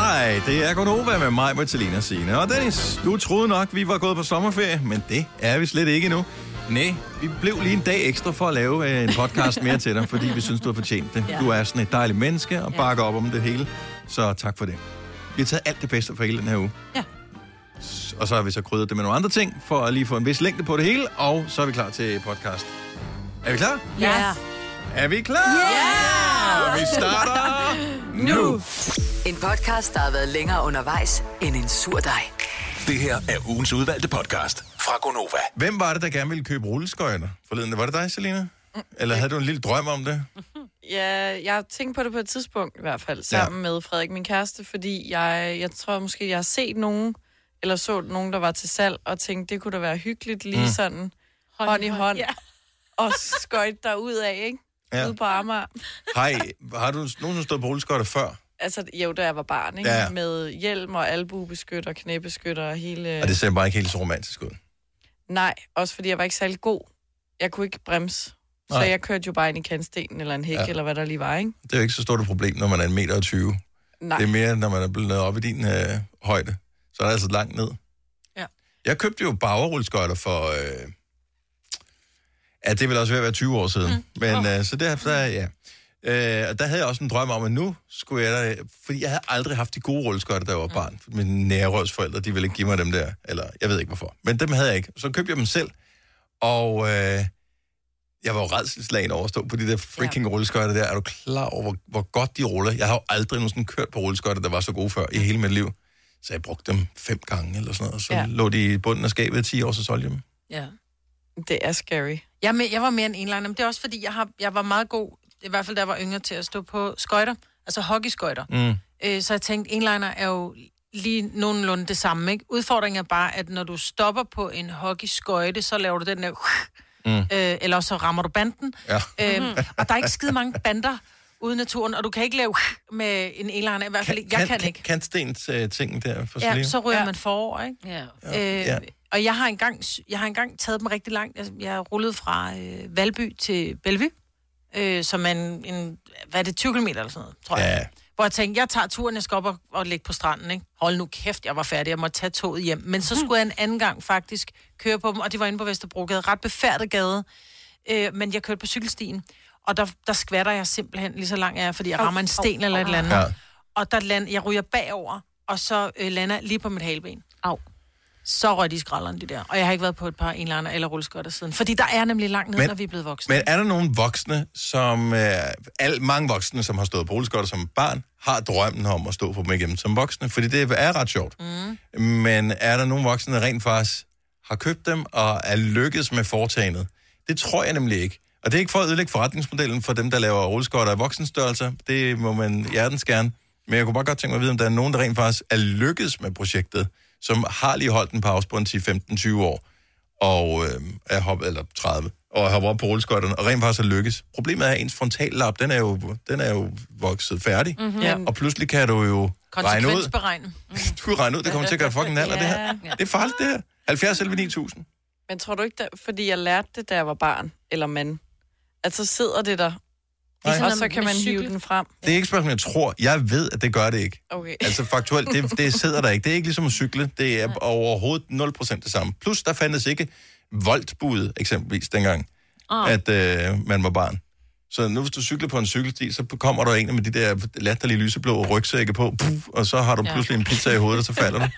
Hej, det er Gonova med mig, Bertalina Signe. Og Dennis, du troede nok, vi var gået på sommerferie, men det er vi slet ikke endnu. Nej, vi blev lige en dag ekstra for at lave en podcast mere til dig, fordi vi synes, du har fortjent det. Ja. Du er sådan et dejligt menneske og bakker op om det hele, så tak for det. Vi har taget alt det bedste for hele den her uge. Ja. Og så har vi så krydret det med nogle andre ting, for at lige få en vis længde på det hele, og så er vi klar til podcast. Er vi klar? Ja. Er vi klar? Ja! Vi starter nu. En podcast, der har været længere undervejs end en sur dej. Det her er ugens udvalgte podcast fra Gonova. Hvem var det, der gerne ville købe rulleskøjter forleden? Var det dig, Selina? Eller havde du en lille drøm om det? Ja, jeg tænkte på det på et tidspunkt i hvert fald, sammen med Frederik, min kæreste, fordi jeg tror måske, jeg har set nogen, eller så nogen, der var til salg, og tænkte, det kunne da være hyggeligt, lige sådan hånd i hånd, og skøjte derud af, ikke? Ja. Ude på Amager. Hej, har du nogensinde stået på rulleskøjter før? Altså, jo, da jeg var barn, ikke? Ja. Med hjelm og albuebeskytter, knæbeskytter og hele... Og det ser bare ikke helt så romantisk ud. Nej, også fordi jeg var ikke særlig god. Jeg kunne ikke bremse. Så jeg kørte jo bare ind i kantstenen eller en hæk, eller hvad der lige var, ikke? Det er jo ikke så stort et problem, når man er 1,20 meter. Nej. Det er mere, når man er blevet op i din højde. Så er det altså langt ned. Ja. Jeg købte jo Bauer-rulleskøjter for... det er vel også ved at være 20 år siden. Men så derfor, ja. Og der havde jeg også en drøm om, at nu skulle jeg da... Fordi jeg havde aldrig haft de gode rulleskøjter, da jeg var barn. Mine nærrødsforældre, de ville ikke give mig dem der. Eller jeg ved ikke hvorfor. Men dem havde jeg ikke. Så købte jeg dem selv. Og jeg var jo rædselsslagen over at stå på de der freaking rulleskøjter der. Er du klar over, hvor godt de ruller? Jeg har jo aldrig nogensinde kørt på rulleskøjter, der var så gode før i hele mit liv. Så jeg brugte dem 5 gange eller sådan noget. Og så lå de i bunden af skabet i 10 år, så solgte jeg dem. Ja. Det er scary. Jeg var mere en enliner, men det er også fordi, jeg var meget god, i hvert fald da jeg var yngre, til at stå på skøjter, altså hockeyskøjter. Så jeg tænkte, enliner er jo lige nogenlunde det samme, ikke? Udfordringen er bare, at når du stopper på en hockeyskøjte, så laver du den der... eller så rammer du banden. Ja. Og der er ikke skide mange bander ude i naturen, og du kan ikke lave med en enliner, i hvert fald jeg kan ikke. Kantstens ting der for Ja, så ryger man forover, ikke? Ja. Og jeg har engang taget dem rigtig langt. Jeg rullede fra Valby til Bellevue, som er en 20 km eller sådan noget, tror jeg. Hvor jeg tænkte, jeg tager turen, jeg skal op og ligge på stranden, ikke? Hold nu kæft, jeg var færdig, jeg måtte tage toget hjem. Men så skulle jeg en anden gang faktisk køre på dem, og de var inde på Vesterbrogade, ret befærdet gade. Men jeg kørte på cykelstien, og der skvatter jeg simpelthen lige så langt jeg er, fordi jeg rammer en sten eller et eller andet. Ja. Og jeg ryger bagover, og så lander lige på mit haleben. Au. Så røg de skralderne, de der. Og jeg har ikke været på et par enliner eller rulleskøjter siden. Fordi der er nemlig langt ned, når vi er blevet voksne. Men er der nogle voksne, mange voksne, som har stået på rulleskøjter som barn, har drømmen om at stå på dem igen som voksne? Fordi det er ret sjovt. Men er der nogle voksne, der rent faktisk har købt dem og er lykkedes med foretagendet? Det tror jeg nemlig ikke. Og det er ikke for at ødelægge forretningsmodellen for dem, der laver rulleskøjter af voksenstørrelser. Det må man hjertens gerne. Men jeg kunne bare godt tænke mig at vide, om der er nogen, der rent faktisk er lykkedes med projektet, som har lige holdt en pause på en 10-15-20 år, og er hoppet, eller 30, og har været på rulleskøjterne, og rent faktisk har lykkes. Problemet er, at ens frontallap, den er jo vokset færdig, og pludselig kan du jo regne ud. Du kan regne ud, det kommer til at gøre fucking naller, det her. Det er farligt, det her. 70 11 9000. Men tror du ikke, fordi jeg lærte det, da jeg var barn, eller mand, at så sidder det der, og så kan man hive den frem? Det er ikke spørgsmål, jeg tror. Jeg ved, at det gør det ikke. Okay. Altså faktuelt, det sidder der ikke. Det er ikke ligesom at cykle. Det er overhovedet 0% det samme. Plus, der fandtes ikke voltbud, eksempelvis, dengang, at man var barn. Så nu, hvis du cykler på en cykelsti, så kommer der en med de der latterlige lyseblå rygsække på, og så har du pludselig en pizza i hovedet, og så falder du.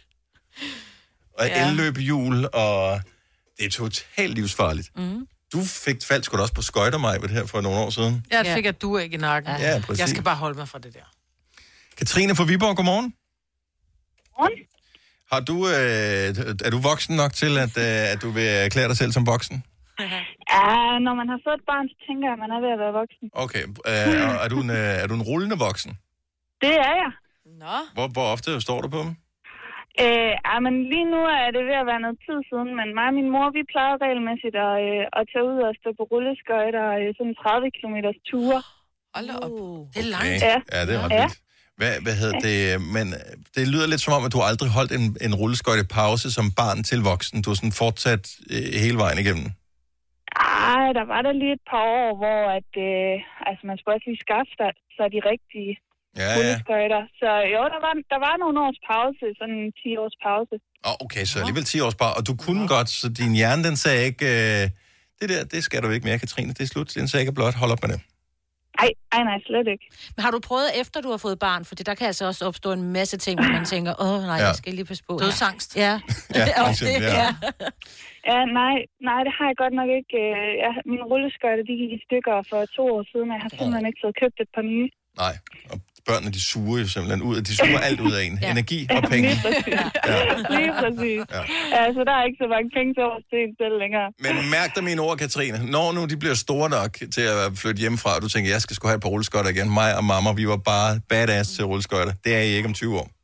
Og elløbehjul, og det er totalt livsfarligt. Du faldt sgu da også på skøjter, Maj, her for nogle år siden. Ja, det fik jeg du ikke i nakken. Ja, præcis. Jeg skal bare holde mig fra det der. Katrine fra Viborg, godmorgen. Godmorgen. Har du, er du voksen nok til, at du vil erklære dig selv som voksen? Ja, når man har fået et barn, så tænker jeg, at man er ved at være voksen. Okay, er du en rullende voksen? Det er jeg. Nå. Hvor ofte står du på dem? Men lige nu er det ved at være noget tid siden, men mig og min mor, vi plejede regelmæssigt at tage ud og stå på rulleskøjter sådan 30 km ture. Hold op. Det er langt. Ja, det er ret vildt. Hvad hedder det? Men det lyder lidt som om, at du aldrig holdt en rulleskøjtepause som barn til voksen. Du har sådan fortsat hele vejen igennem. Ej, der var der lige et par år, hvor man skulle også lige skaffe sig de rigtige rulleskøjter. Så jo, der var nogle års pause, sådan 10 års pause. Okay, så alligevel 10 års pause. Og du kunne godt, så din hjerne, den sagde ikke, det skal du ikke mere, Katrine. Det er slut. Den sagde ikke blot, hold op med det. Nej, slet ikke. Men har du prøvet, efter du har fået barn? For der kan altså også opstå en masse ting, hvor man tænker, jeg skal lige passe på. Dødsangst. Ja. Ja, nej, det har jeg godt nok ikke. Mine rulleskøjter, de gik i stykker for 2 år siden, og jeg har simpelthen ikke fået købt et par nye. Nej, og børnene, de suger jo simpelthen ud. De suger alt ud af en. Energi og penge. Lige præcis. Ja, så der er ikke så mange penge til at se en selv længere. Men mærk dig mine ord, Katrine. Når nu de bliver store nok til at flytte hjemmefra, og du tænker, jeg skal sgu have et par rulleskøjter igen. Mig og mamma, vi var bare badass til rulleskøjter. Det er I ikke om 20 år.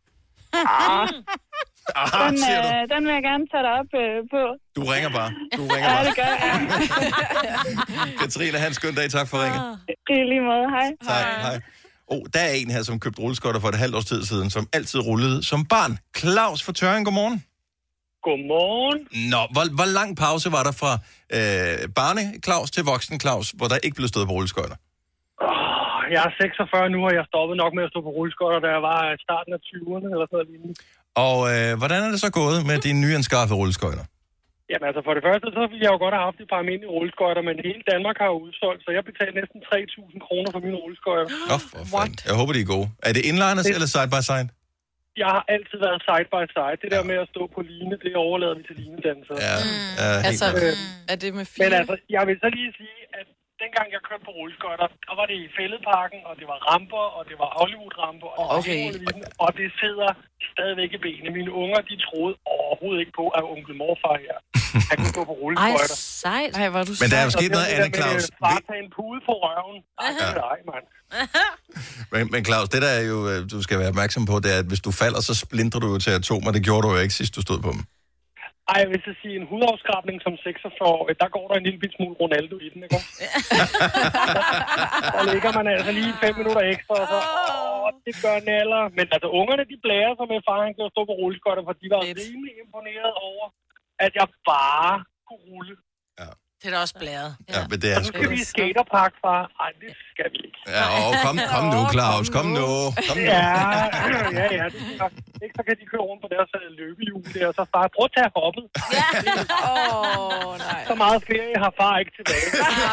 Den vil jeg gerne tage dig op på. Du ringer bare. Ja, det gør jeg. Katrine, have en skøn dag. Tak for ringen. I lige måde. Hej. Tak, hej. Der er en her, som købte rulleskøjter for et halvt års tid siden, som altid rullede som barn. Claus fra Tørring, godmorgen. Godmorgen. Nå, hvor lang pause var der fra barne-Claus til voksen-Claus, hvor der ikke blev stået på rulleskøjter? Jeg er 46 nu, og jeg stoppede nok med at stå på rulleskøjter, da jeg var i starten af 20'erne eller sådan noget. Og hvordan er det så gået med dine nyanskaffede rulleskøjter? Jamen altså, for det første, så ville jeg jo godt have haft et par almindelige rulleskøjter, men hele Danmark har jo udsolgt, så jeg betalte næsten 3.000 kroner for mine rulleskøjter. For fanden. Jeg håber, de er gode. Er det inliners eller side by side? Jeg har altid været side by side. Det der med at stå på line, det overlader vi til linedansere. Altså, er det med 4? Men altså, jeg vil så lige sige, at dengang jeg kørte på rulleskøjter, der var det i Fælledparken, og det var ramper, og det var Hollywood-ramper, og det sidder stadigvæk i benene. Mine unger, de troede overhovedet ikke på, at onkel morfar her, han kunne gå på rulleskøjter. Sejt. Men der er jo sket noget andet, Claus. Far tage en pude på røven. Nej, mand. Men Claus, det der er jo, du skal være opmærksom på, det er, at hvis du falder, så splintrer du jo til atomer. Det gjorde du jo ikke, sidst du stod på dem. Ej, jeg vil så sige, en hudafskrabning som 46-årig, der går der en lille smule Ronaldo i den, ikke? Der ligger man altså lige 5 minutter ekstra, og så, det gør naller. Men altså, ungerne, de blærer sig med, far han kan stå på rulleskøjter, for de var rimelig imponeret over, at jeg bare kunne rulle. Ja. Det er da også blæret. Ja, men det er og nu skal vi i skaterpark, far. Ej, det skal vi ikke. Ja, kom nu, Claus. Kom nu. Ja, ikke så kan de køre rundt på deres løbehjul der, og så far, prøv at tage hoppet. Ja. Nej. Så meget ferie har far ikke tilbage.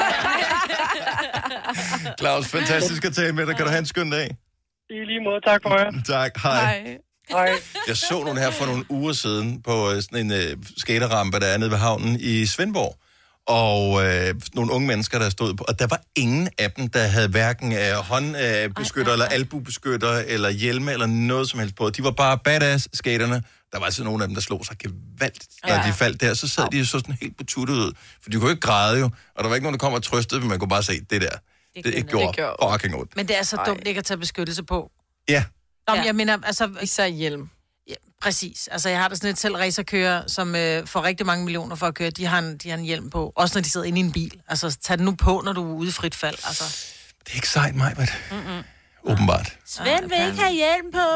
Claus, fantastisk at tale med dig. Kan du have en skøn dag? I lige måde, tak for jer. Tak, hej. Jeg så nogle her for nogle uger siden på sådan en skaterrampe, der er nede ved havnen i Svendborg. Og nogle unge mennesker, der stod på, og der var ingen af dem, der havde hverken håndbeskytter eller albubeskytter eller hjelme eller noget som helst på. De var bare badass skaterne. Der var altså nogle af dem, der slog sig gevaldigt, når de faldt der. Så sad de så sådan helt betuttet ud, for de kunne ikke græde jo, og der var ikke nogen, der kom og trøstede, men man kunne bare se, det der, det gjorde fucking ondt. Men det er så dumt ikke at tage beskyttelse på. Ja. Nå, jeg mener, altså... Især hjelm. Ja, præcis. Altså, jeg har da sådan et selv racerkører, som får rigtig mange millioner for at køre. De har en hjelm på. Også når de sidder inde i en bil. Altså, tag den nu på, når du er ude i frit fald. Altså. Det er ikke sejt, Majbert. Åbenbart. Svend vil ikke have hjelm på.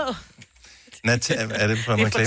Er det fra en reklame?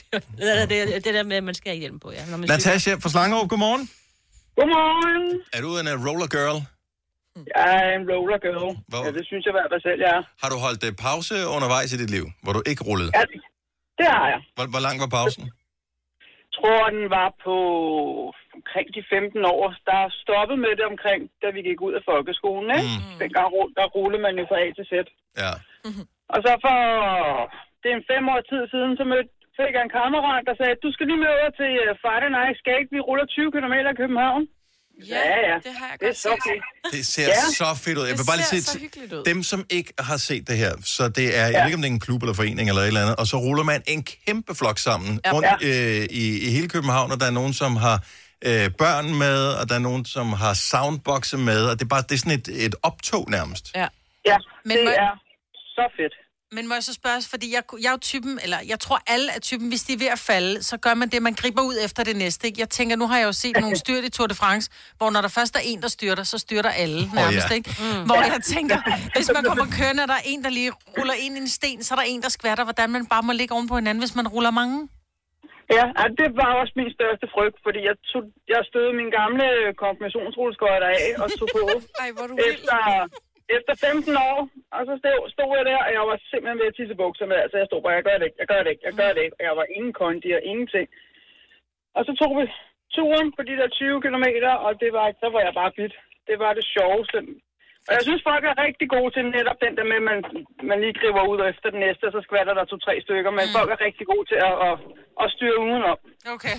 Det der med, at man skal have hjelm på, ja. Natasha fra Slangerup, godmorgen. Godmorgen. Er du en roller girl? Jeg er en roller girl. Ja, det synes jeg i hvert fald selv, jeg er. Har du holdt pause undervejs i dit liv, hvor du ikke rullede? Ja, det har jeg. Hvor lang var pausen? Jeg tror, den var på omkring de 15 år. Der stoppede med det omkring, da vi gik ud af folkeskolen, ikke? Dengang der rullede man jo fra A til Z. Ja. Og så for det er 5 år tid siden, så fik jeg en kammerat, der sagde, du skal lige med over til Friday Night Skate. Vi ruller 20 km i København. Ja, det har jeg godt set. Det ser så fedt ud. Jeg vil bare lige sige, dem som ikke har set det her, så det er, jeg ved ikke om det er en klub eller forening eller et eller andet, og så ruller man en kæmpe flok sammen rundt i hele København, og der er nogen, som har børn med, og der er nogen, som har soundboxe med, og det er sådan et optog nærmest. Ja, men det er så fedt. Men må jeg så spørge, fordi jeg er jo typen, eller jeg tror alle er typen, hvis de er ved at falde, så gør man det, man griber ud efter det næste. Ikke? Jeg tænker, nu har jeg jo set nogle styrt i Tour de France, hvor når der først er en, der styrter, så styrter alle nærmest, ikke? Hvor jeg tænker, hvis man kommer kørende, og der er en, der lige ruller ind i en sten, så er der en, der skvatter, hvordan man bare må ligge oven på hinanden, hvis man ruller mange. Ja, det var også min største frygt, fordi jeg stødte min gamle konfirmationsrulleskøjter af og tog på. Ej, hvor du efter 15 år, og så stod jeg der, og jeg var simpelthen ved at tisse bukserne. Altså, jeg stod bare, jeg gør det ikke. Og jeg var ingen kondi og ingenting. Og så tog vi turen på de der 20 kilometer, og så var jeg bare bidt. Det var det sjoveste. Og jeg synes, folk er rigtig gode til netop den der med, at man lige griber ud efter den næste, og så skvatter der 2-3 stykker. Men folk er rigtig gode til at styre udenom. Okay.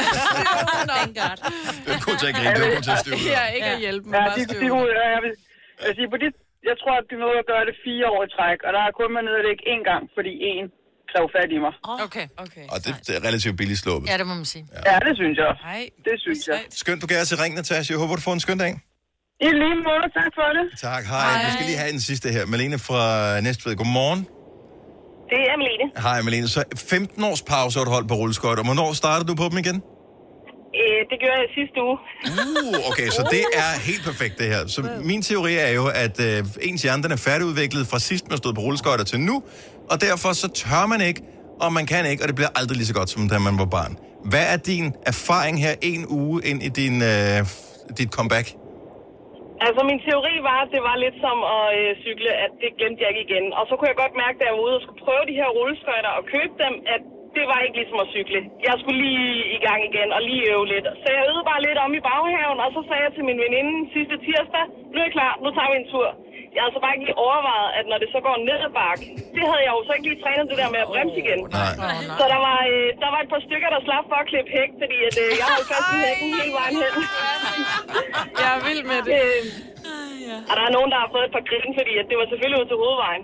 Du er god til at gribe, du er god til at styre udenom. Ja, ikke at hjælpe mig, bare styre jeg tror, at de nåede at gøre det 4 år i træk, og der er kun man nede det ikke én gang, fordi én kræver fat i mig. Okay. Og det er relativt billigt sluppet. Ja, det må man sige. Ja, det synes jeg. Nej, det synes jeg. Skønt, du gav os i ring, Natasha. Jeg håber, du får en skøn dag. I lige måde, tak for det. Tak, hej. Vi skal lige have den sidste her. Malene fra Næstved, godmorgen. Det er Malene. Hej, Malene. Så 15 års pause har du holdt på rulleskøjter. Hvornår startede du på dem igen? Det gjorde jeg sidste uge. Okay, så det er helt perfekt, det her. Så min teori er jo, at ens hjerne den er færdigudviklet fra sidst, man stod på rulleskøjter til nu, og derfor så tør man ikke, og man kan ikke, og det bliver aldrig lige så godt, som da man var barn. Hvad er din erfaring her en uge ind i dit comeback? Altså, min teori var, at det var lidt som at cykle, at det glemte jeg ikke igen. Og så kunne jeg godt mærke, da jeg var ude og skulle prøve de her rulleskøjter og købe dem, at det var ikke ligesom at cykle. Jeg skulle lige i gang igen og lige øve lidt. Så jeg øvede bare lidt om i baghaven, og så sagde jeg til min veninde sidste tirsdag, nu er jeg klar, nu tager vi en tur. Jeg havde så bare ikke lige overvejet, at når det så går ned ad bakke, det havde jeg jo så ikke lige trænet det der med at bremse igen. Så der var et par stykker, der slap for at klippe hæk, fordi at, jeg holdt fast i hækken hele vejen hen. Jeg er vild med det. Og der er nogen, der har fået et par grin, fordi at det var selvfølgelig ud til hovedvejen.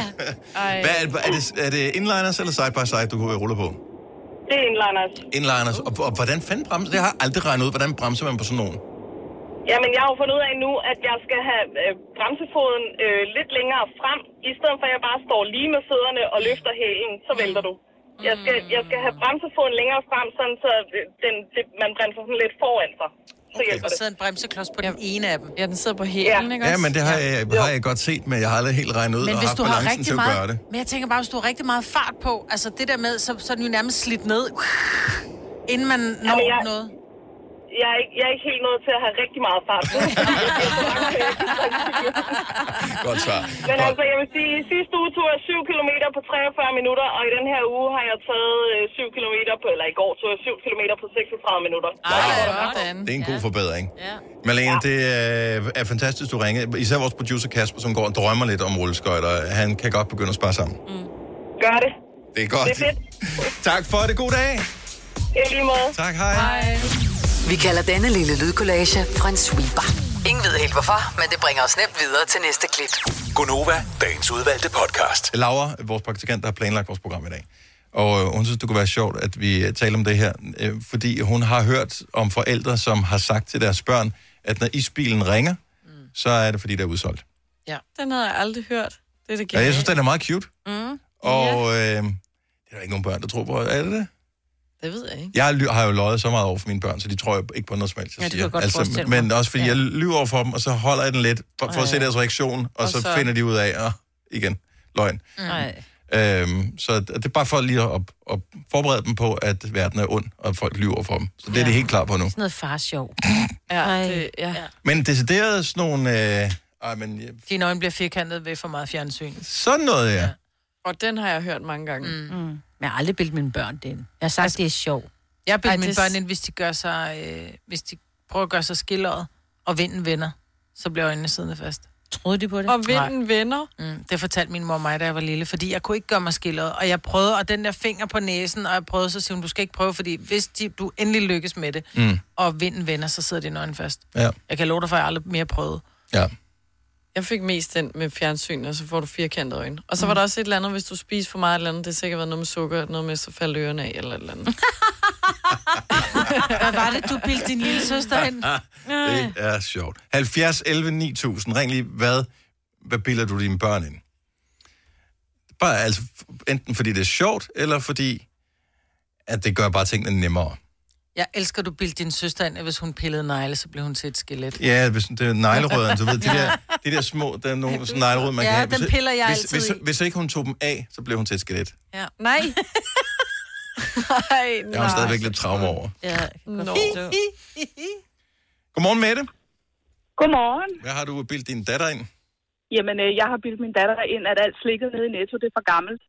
Er det inliners eller side by side, du ruller på? Det er inliners. Inliners. Og hvordan fanden bremser? Det har jeg aldrig regnet ud. Hvordan bremser man på sådan nogen? Jamen, jeg har jo fundet ud af nu, at jeg skal have bremsefoden lidt længere frem, i stedet for at jeg bare står lige med fødderne og løfter hælen, så vælter du. Jeg skal have bremsefoden længere frem, sådan så man bremser sådan lidt foran sig. Så hjælper det. Der sidder en bremseklods på den ene af dem. Ja, den sidder på hælen, ikke også? Ja, men det har jeg godt set, men jeg har aldrig helt regnet ud og haft balancen til at gøre det. Men jeg tænker bare, hvis du har rigtig meget fart på, altså det der med, så er den jo nærmest slidt ned, inden man når noget. Jeg er ikke helt nået til at have rigtig meget fart på. Godt svar. Men altså, jeg vil sige, sidste uge tog jeg 7 kilometer på 43 minutter, og i den her uge har jeg taget 7 kilometer på, eller i går tog jeg 7 kilometer på 36 minutter. Det er en god forbedring. Ja. Malene, det er fantastisk, du ringede. Især vores producer Kasper, som går og drømmer lidt om rulleskøjter. Han kan godt begynde at spare sammen. Gør det. Det er godt. Det er fedt. Tak for det. God dag. I lige måde. Tak, hej. Vi kalder denne lille lydkollage en sweeper. Ingen ved helt hvorfor, men det bringer os nemt videre til næste klip. Gonova, dagens udvalgte podcast. Laura, vores praktikant, der har planlagt vores program i dag. Og hun synes, det kunne være sjovt, at vi taler om det her. Fordi hun har hørt om forældre, som har sagt til deres børn, at når isbilen ringer, så er det, fordi det er udsolgt. Ja, den havde jeg aldrig hørt. Det er det jeg synes, den er meget cute. Og det er der ikke nogen børn, der tror på. Er det det? Det ved jeg ikke. Jeg har jo løjet så meget over for mine børn, så de tror ikke på noget som helst, jeg siger. Altså, men også fordi jeg lyver over for dem, og så holder jeg den lidt, for at se deres reaktion, og så finder de ud af, igen, løgn. Så det er bare for lige at forberede dem på, at verden er ond, og folk lyver for dem. Så det er de helt klar på nu. Sådan noget farsjov. Men decideret sådan nogle... Dine øjne bliver firkantet ved for meget fjernsyn. Sådan noget, ja. Og den har jeg hørt mange gange. Men jeg har aldrig bildt mine børn den. Jeg har sagt, det er sjov. Jeg har bildt mine børn ind, hvis de gør sig, hvis de prøver at gøre sig skilleret, og vinden vender, så bliver øjnene siddende fast. Troede de på det? Og vinden vender? Det fortalte min mor og mig, da jeg var lille, fordi jeg kunne ikke gøre mig skilleret. Og jeg prøvede, og den der finger på næsen, og jeg prøvede, så siger hun, du skal ikke prøve, fordi hvis du endelig lykkes med det, og vinden vender, så sidder dine øjne fast. Ja. Jeg kan love dig for, at jeg aldrig mere prøvede. Ja. Jeg fik mest den med fjernsyn, og så får du firkantede øjne. Og så var der også et eller andet, hvis du spiser for meget eller andet, det har sikkert været noget med sukker, noget med, så faldt ørerne af, eller et eller andet. Hvad var det, du bildte din lille søster ind? Det er sjovt. 70 11 9000. Ring lige, hvad bilder du dine børn ind? Bare altså, enten fordi det er sjovt, eller fordi, at det gør bare tingene nemmere. Jeg elsker, du bildte din søster ind, at hvis hun pillede negle, så blev hun til et skelet. Ja, hvis det er neglerødderne, så ved de der små, der er nogle sådan neglerødder, man kan have. Ja, den piller jeg altid i. Hvis ikke hun tog dem af, så blev hun til et skelet. Ja. Nej. Jeg har stadigvæk lidt traume over. Ja, Godmorgen, Mette. Godmorgen. Hvad har du bildt din datter ind? Jamen, jeg har bildt min datter ind, at alt slikket nede i Netto, det er for gammelt.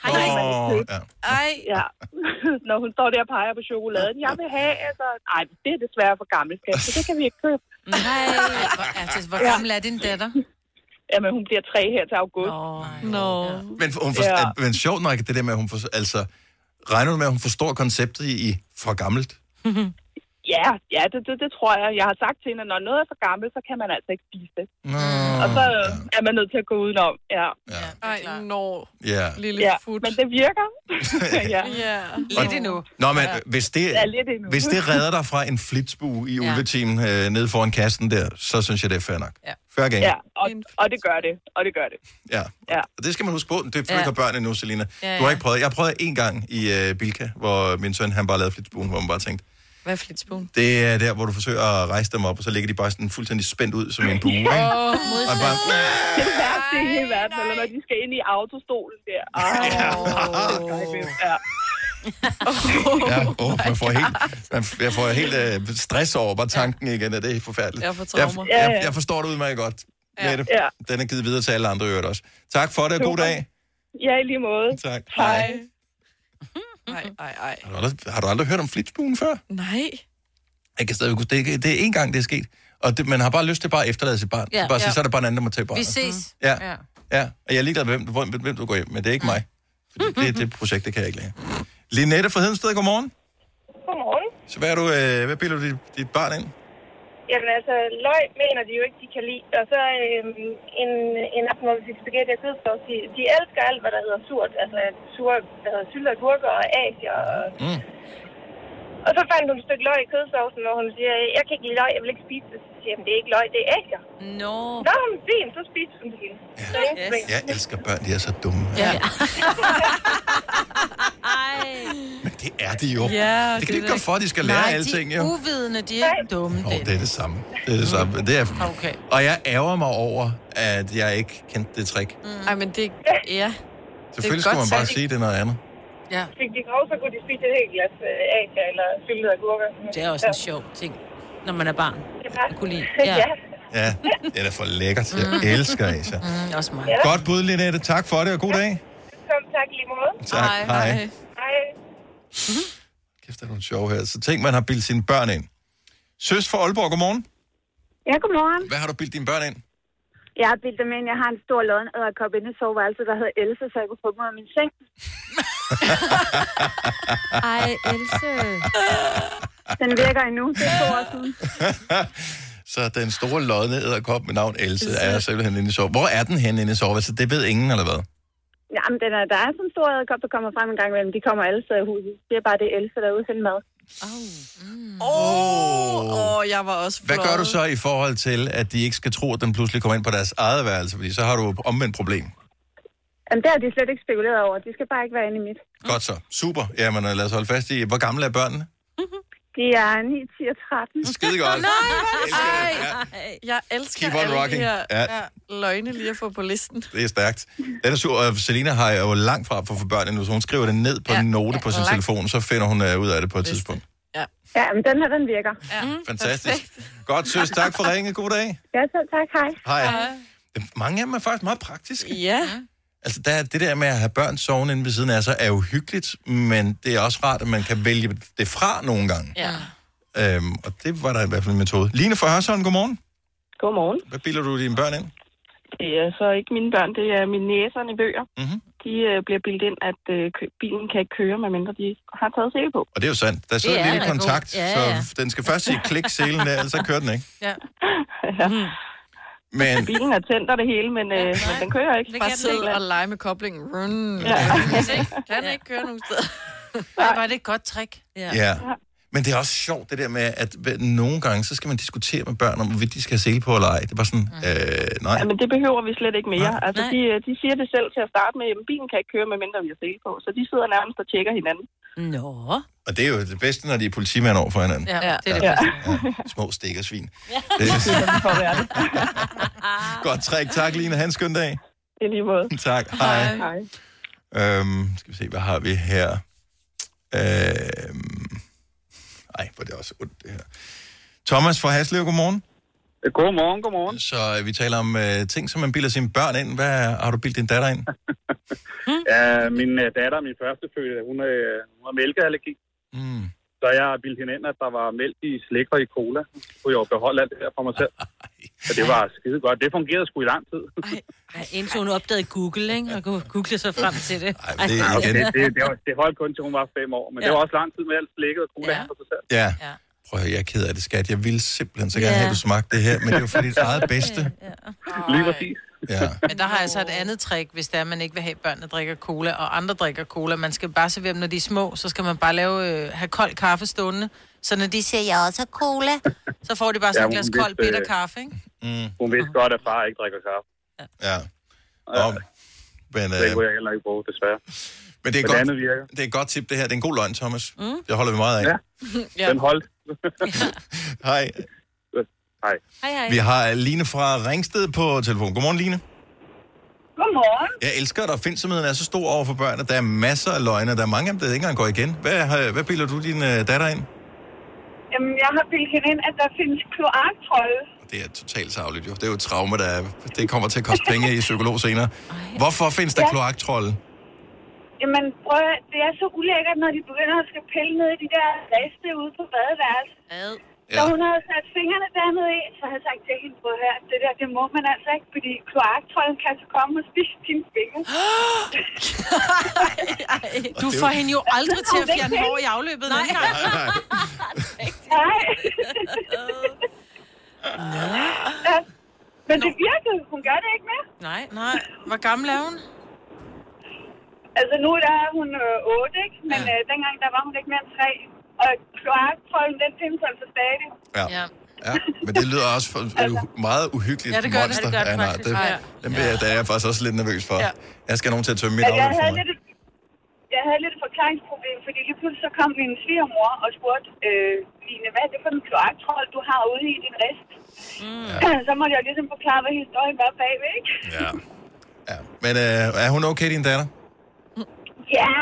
Ja. Når hun står der og peger på chokoladen, jeg vil have, altså... Nej, det er desværre for gammelt, skat, så det kan vi ikke købe. Nej, hvor gammel er din datter? Jamen, hun bliver 3 her til august. Nå. Men sjovt nok, det der med, at hun altså... Regner du med, at hun forstår konceptet i for gammelt? Ja, det tror jeg. Jeg har sagt til hende, at når noget er for gammelt, så kan man altså ikke spise det. Og så er man nødt til at gå udenom. Lille fut. Men det virker. Lidt endnu. Nå, men hvis det redder dig fra en flitsbue i ulvetimen nede foran kassen der, så synes jeg, det er fair nok. Fair game. Ja, og det gør det. Ja. Og det skal man huske på. Det er ikke børn endnu, Selina. Du har ikke prøvet. Jeg har prøvet en gang i Bilka, hvor min søn, han bare lavede flitsbuen, hvor man bare tænkte, hvad er flitsbuen? Det er der, hvor du forsøger at rejse dem op, og så ligger de bare sådan fuldstændig spændt ud som en bue, ikke? Det er det værste i hele verden, eller når de skal ind i autostolen der. Jeg får helt stress over bare tanken igen, og det er forfærdeligt. Jeg forstår det udmærket godt. Mette. Den er givet videre til alle andre øvrigt også. Tak for det, og god dag. Ja, i lige måde. Tak. Hej. Har du aldrig hørt om flitsbuen før? Nej. Jeg kan stadig huske, det er en gang, det er sket. Og man har bare lyst til bare at efterlade sit barn. Så er der bare en anden, der må tage barnet. Vi ses. Ja. Og jeg er ligeglad med, hvem du går hjem med. Det er ikke mig. Fordi det projekt, det kan jeg ikke lade. Linette fra Hedensted, godmorgen. Godmorgen. Så hvad bilder du dit barn ind? Jamen altså, løg mener de jo ikke, de kan lide. Og så en aften, hvor vi fik spaghetti og kødsovs, de elsker alt, hvad der hedder surt. Altså syltede agurker og asier. Og så fandt hun et stykke løg i kødsovsen, og hun siger, jeg kan ikke lide løg, jeg vil ikke spise det. Så siger hun, det er ikke løg, det er asier. Nå, fint, så spiser hun det hele. Jeg elsker børn, de er så dumme. Men det er de jo. Det kan de ikke gøre for, at de skal lære alting. Nej, de er uvidende, de er ikke dumme. Det er det samme. Okay. Og jeg ærger mig over, at jeg ikke kendte det trick. Ej, men det... Ja. Selvfølgelig skulle man bare sige, det er noget andet. Ja. Fik de grov, så kunne de spise et helt glas asier eller syltede agurker. Det er også en sjov ting, når man er barn. Jeg kunne lide. Ja, det er da for lækkert. Jeg elsker asier. Også mig. Godt bud, Linette. Tak for det, og god dag. Tak lige måde. Tak. Hej. Kæft, det er nogle sjove her. Så tænk, man har bildt sine børn ind. Søs fra Aalborg, godmorgen. Ja, godmorgen. Hvad har du bildt dine børn ind? Jeg har bildt dem ind. Jeg har en stor lodden edderkop inde i soveværelset, der hedder Else, så jeg kunne få dem ud af min seng. Ej, Else. Den virker endnu. Det er 2 år siden. Så den store lodne edderkop med navn Else er simpelthen inde i soveværelset. Hvor er den henne inde i soveværelset? Det ved ingen, eller hvad? Jamen, der er sådan en stor edderkop, der kommer frem en gang imellem. De kommer alle steder i huset. Det er bare det Else, der er ude til mad. Jeg var også flot. Hvad gør du så i forhold til, at de ikke skal tro, at den pludselig kommer ind på deres eget værelse? Fordi så har du omvendt problem. Jamen, det har de slet ikke spekuleret over. De skal bare ikke være inde i mit. Godt så. Super. Jamen, lad os holde fast i. Hvor gamle er børnene? De er 9, 10 og 13. Skide godt. Jeg elsker Keep on alle rocking. de her løgne lige at få på listen. Det er stærkt. Den er sur, og Selina har jo langt fra for børn endnu, så hun skriver det ned på en note på sin telefon, så finder hun ud af det på et tidspunkt. Ja, men den her, den virker. Fantastisk. Godt, søs. Tak for ringe. God dag. Ja, selv tak. Hej. Mange af dem er faktisk meget praktiske. Ja. Altså, det der med at have børn sovende inde ved siden af sig, er jo hyggeligt, men det er også rart, at man kan vælge det fra nogle gange. Ja. Og det var der i hvert fald en metode. Line fra Hørsholm, godmorgen. Godmorgen. Hvad bilder du dine børn ind? Det er så ikke mine børn, det er mine næser i bøger. De bliver bildt ind, at bilen kan ikke køre, medmindre de har taget sele på. Og det er jo sandt. Der sidder en lille kontakt, så den skal først sige klik selen der, ellers så kører den ikke. Ja. Men bilen er tændt og det hele, men den kører ikke. Bare sidde og lege med koblingen. Kan ikke køre nogen steder. Var det et godt trick? Ja. Men det er også sjovt, det der med, at nogle gange, så skal man diskutere med børn om, hvorvidt de skal have sele på eller ej. Det er bare sådan, nej. Ja, men det behøver vi slet ikke mere. Altså, de siger det selv til at starte med, at bilen kan ikke køre, medmindre vi har sele på. Så de sidder nærmest og tjekker hinanden. Nå. Og det er jo det bedste, når de er politimænd over for hinanden. Ja, det er det bedste. Ja. Små stikkersvin. Det er godt træk. Tak, Line. Ha' en skøn dag. I lige måde. Tak. Hej. Skal vi se, hvad har vi her? Ej, hvor det er også ondt, det her. Thomas fra Haslev, godmorgen. Godmorgen. Så vi taler om ting, som man bilder sine børn ind. Hvad har du bildt din datter ind? Ja, min datter, min førstefødte, hun har mælkeallergi. Så jeg har bildt hende ind, at der var mælk i slik og i cola. Så kunne jeg jo beholde alt det her for mig selv. Så det var skide godt. Det fungerede sgu i lang tid. Indtil hun opdagede Google, ikke? Og kunne google sig frem til det. Det holdt kun til hun var 5 år. Men det var også lang tid med alt slikket og cola for sig selv. Ja. Prøv at høre, jeg er ked af det, skat. Jeg ville simpelthen så gerne have, at du smagte det her. Men det er jo for dit eget bedste. Lige præcis. Ja. Men der har jeg så et andet trick, hvis det er, man ikke vil have, børnene drikker cola, og andre drikker cola. Man skal bare servere dem, når de er små, så skal man bare have kold kaffe stående. Så når de siger, jeg også har cola, så får de bare sådan et glas kold, bitter kaffe, ikke? Hun vidste godt, at far ikke drikker kaffe. Ja. Men, det kunne jeg heller ikke bruge, desværre. Men det er et godt tip, det her. Det er en god løgn, Thomas. Det holder vi meget af. Ja, den holdt. Hej. Hej. Vi har Line fra Ringsted på telefon. Godmorgen, Line. Godmorgen. Jeg elsker, at opfindsomheden er så stor over for børn, at der er masser af løgne. Der er mange af dem, der ikke engang går igen. Hvad bilder du din datter ind? Jamen, jeg har bildet hende ind, at der findes kloaktrolde. Det er totalt savligt, jo. Det er jo et traume, det kommer til at koste penge i psykolog senere. Hvorfor findes der kloaktrolde? Jamen, prøv at, det er så ulækkert, når de begynder at skal pille ned i de der riste ude på badeværelset. Så hun havde sat fingrene dernede i, så havde jeg sagt til hende, prøv her, det må man altså ikke, fordi kloaktrolden kan så komme og spise dine fingre. Du får hende jo aldrig til at fjerne hår i afløbet. Nej. Men det virkede. Hun gør det ikke mere. Nej. Hvor gammel er hun? Altså nu der er hun 8, ikke? Men dengang der var hun ikke mere end 3. Og kloaktrolden, den findes altså stadig. Ja, men det lyder også meget uhyggeligt. Ja, det gør monster. Det faktisk. Det er jeg faktisk også lidt nervøs for. Ja. Jeg skal have nogen til at tømme mit afløb for mig. Jeg havde lidt et forklaringsproblem, fordi lige pludselig så kom min svigermor og spurgte, Line, hvad er det for en kloaktrold, du har ude i din rest? Så måtte jeg ligesom forklare, hvad historien var bagved, ikke? Ja. Men er hun okay, din datter? Ja.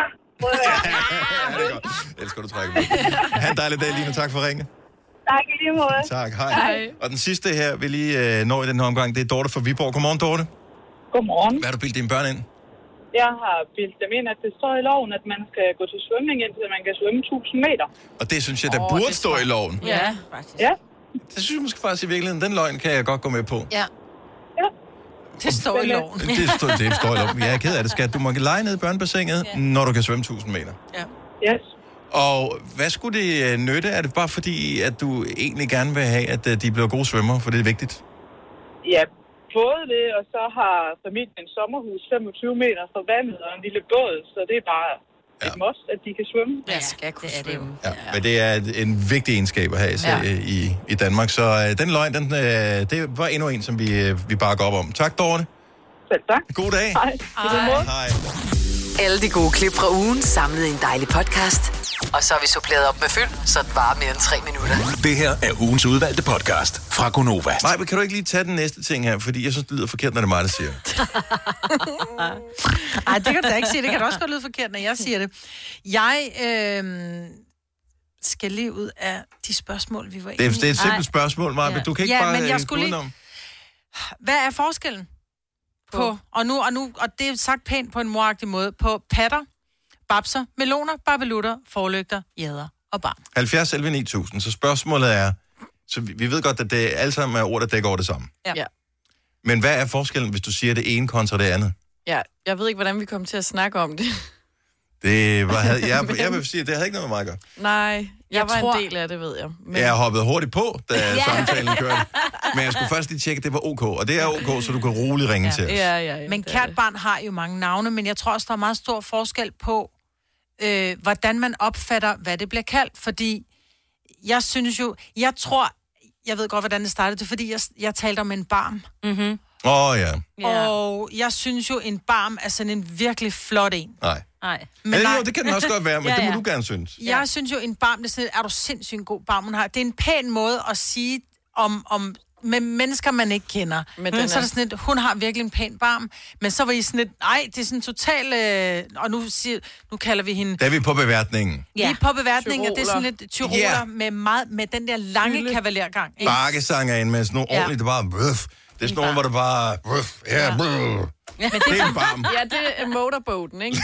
Jeg elsker, du trækker mig. Ha' en dejlig dag, Line. Tak for ringe. Tak i lige måde. Tak, hej. Og den sidste her, vi lige nå i den her omgang, det er Dorte fra Viborg. Godmorgen, Dorte. Godmorgen. Hvad har du bildt dine børn ind? Jeg har bildt dem ind, at det står i loven, at man skal gå til svømning, indtil man kan svømme 1000 meter. Og det synes jeg, der burde stå i loven. Ja, faktisk. Ja. Det synes jeg måske faktisk i virkeligheden, den løgn kan jeg godt gå med på. Ja. Det står i loven. Det står i loven. Jeg er ked af det, skat. Du må lege ned i børnebassinet, når du kan svømme 1000 meter. Ja. Yes. Og hvad skulle det nytte? Er det bare fordi, at du egentlig gerne vil have, at de bliver gode svømmere, for det er vigtigt? Ja, både det, og så har familien sommerhus 25 meter fra vandet og en lille båd, så det er bare et must, at de kan svømme. Ja, skal kunne svømme. Ja, men det er en vigtig egenskab at have i Danmark. Så den løgn, det var endnu en, som vi bakker op om. Tak, Dorte. Selv tak. God dag. Hej. Alle de gode klip fra ugen samlet i en dejlig podcast. Og så har vi suppleret op med fyld, så det varer mere end 3 minutter. Det her er ugens udvalgte podcast fra Gonova. Nej, men kan du ikke lige tage den næste ting her? Fordi jeg synes, det lyder forkert, når det er mig, der siger. Ej, det kan du da ikke sige. Det kan da også godt lyde forkert, når jeg siger det. Jeg skal lige ud af de spørgsmål, vi var inde i. Det er et simpelt spørgsmål, Maja, men du kan ikke bare men jeg skulle lige... Hvad er forskellen på, og det er sagt pænt på en moragtig måde, på patter, babser, meloner, babelutter, forlygter, jæder og barn? 70 11 9000. Så spørgsmålet er, så vi ved godt, at det alle sammen er ord, der dækker over det samme. Ja. Men hvad er forskellen, hvis du siger det ene kontra det andet? Ja, jeg ved ikke, hvordan vi kom til at snakke om det. Det var, jeg vil sige, det havde ikke noget med mig at gøre. Nej, jeg var en del af det, ved jeg. Men... Jeg hoppede hurtigt på, da samtalen kørte. Men jeg skulle først lige tjekke, at det var OK. Og det er OK, så du kan roligt ringe til os. Ja, men kært barn har jo mange navne, men jeg tror også, der er meget stor forskel på, hvordan man opfatter, hvad det bliver kaldt. Fordi jeg synes jo, jeg ved godt, hvordan det startede. Det er, fordi jeg talte om en barm. Mm-hmm. Ja. Og jeg synes jo, en barm er sådan en virkelig flot en. Nej. Men jo, det kan den også godt være, men det må du gerne synes. Jeg synes jo, en barm, det er du sindssygt en god barm, hun har. Det er en pæn måde at sige om med mennesker, man ikke kender. Så er det sådan lidt, hun har virkelig en pæn barm, men så var I sådan lidt, nej, det er sådan total, og nu kalder vi hende... Der er vi på beværtningen. Ja. Vi er på beværtningen, og det er sådan lidt tyroler med den der lange kavalergang. Bakkesanger med sådan nogle ordentligt, det bare... Det er sådan nogle, hvor det bare... Ja, men det er en barm. Ja, det er motorboaten, ikke?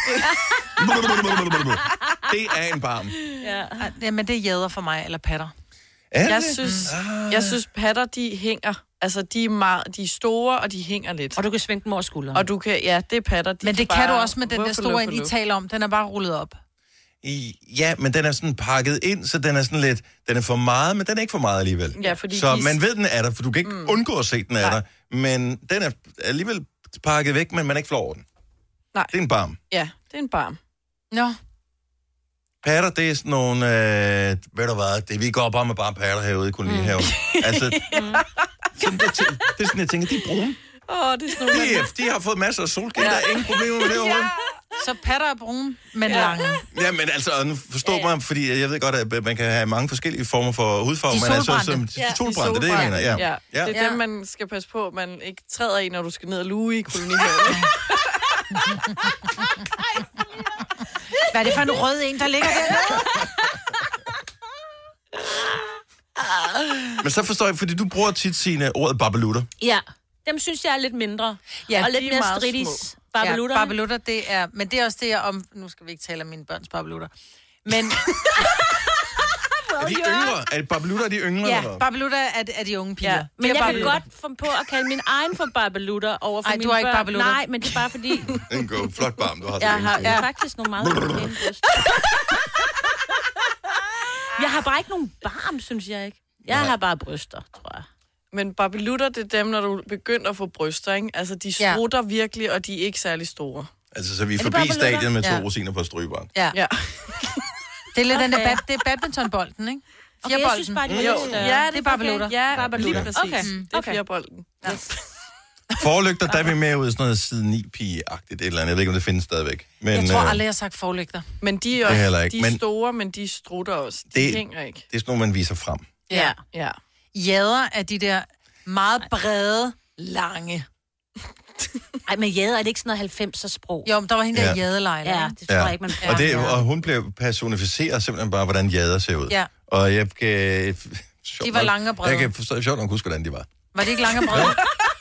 Det er en barm. Ja, men det er jæder for mig, eller patter. Jeg synes patter, de hænger. Altså, de er store, og de hænger lidt. Og du kan svinge dem over skulderen. Og du kan, det er patter. Men det kan du også med den der store en, I taler om. Den er bare rullet op. Ja, men den er sådan pakket ind, så den er sådan lidt... Den er for meget, men den er ikke for meget alligevel. Ja, fordi så man ved, den er der, for du kan ikke undgå at se, den er der. Men den er alligevel pakket væk, men man ikke flår over den. Nej. Det er en barm. Ja, det er en barm. Nå. Patter, det er sådan nogle... ved du hvad, vi går bare med bare patter herude i kolonihaven. Altså, det er sådan, jeg tænker, de er brune. Det er sådan de har fået masser af solskin, der er ingen problemer med det overhovedet. Så patter er brune, men lange. Ja, men altså, nu forstår mig, fordi jeg ved godt, at man kan have mange forskellige former for hudfarve. Men altså, de solbrændte, det er det, jeg mener. Ja. Det er dem, man skal passe på, at man ikke træder i, når du skal ned og luge i kolonihaven. Hvad er det for en rød en, der ligger dernede? Men så forstår jeg, fordi du bruger tit sine ordet babelutter. Ja, dem synes jeg er lidt mindre. Ja, og lidt mere stridis. Babelutter. Ja, babelutter, det er... Men det er også det, jeg om... Nu skal vi ikke tale om mine børns babelutter. Men... Er de yngre? Er det babelutter, de yngre? Ja, babelutter er de unge piger. Ja. Men jeg kan godt finde på at kalde min egen for babelutter over for mine børn. du har ikke babelutter. Nej, men det er bare fordi... En god, flot barm, du har. Jeg har faktisk nogle meget pæne bryst. Jeg har bare ikke nogen barm, synes jeg ikke. Jeg har bare bryster, tror jeg. Men babelutter, det er dem, når du begynder at få bryster, ikke? Altså, de sprutter virkelig, og de er ikke særlig store. Altså, så vi er forbi stadiet med 2 rosiner på strygbarn. Ja. Det er lidt den der det er badmintonbolden, ikke? Okay, jeg synes bare, det er lidt større. Ja, det er babelutter. Ja, babelutter. Lige præcis. Det er fjerbolden. Ja. Forlygter, der er vi med ud i sådan noget side 9-pige-agtigt et eller andet. Jeg ved ikke, om det findes stadigvæk. Men, jeg tror aldrig, jeg har sagt forlygter. Men de er også de er store, men de strutter også. De hænger ikke. Det er sådan noget, man viser frem. Ja. Jæder er de der meget brede, lange. Ej, men jæder er det ikke sådan noget 90'er sprog? Jo, men der var hende der jædelejle. Ja, det tror jeg ikke, man bruger. Og hun blev personificeret simpelthen bare, hvordan jæder ser ud. Ja. Og jeg kan... De var lange og brede. Jeg kan forstå, sjovt nok huske, hvordan de var. Var de ikke lange og brede?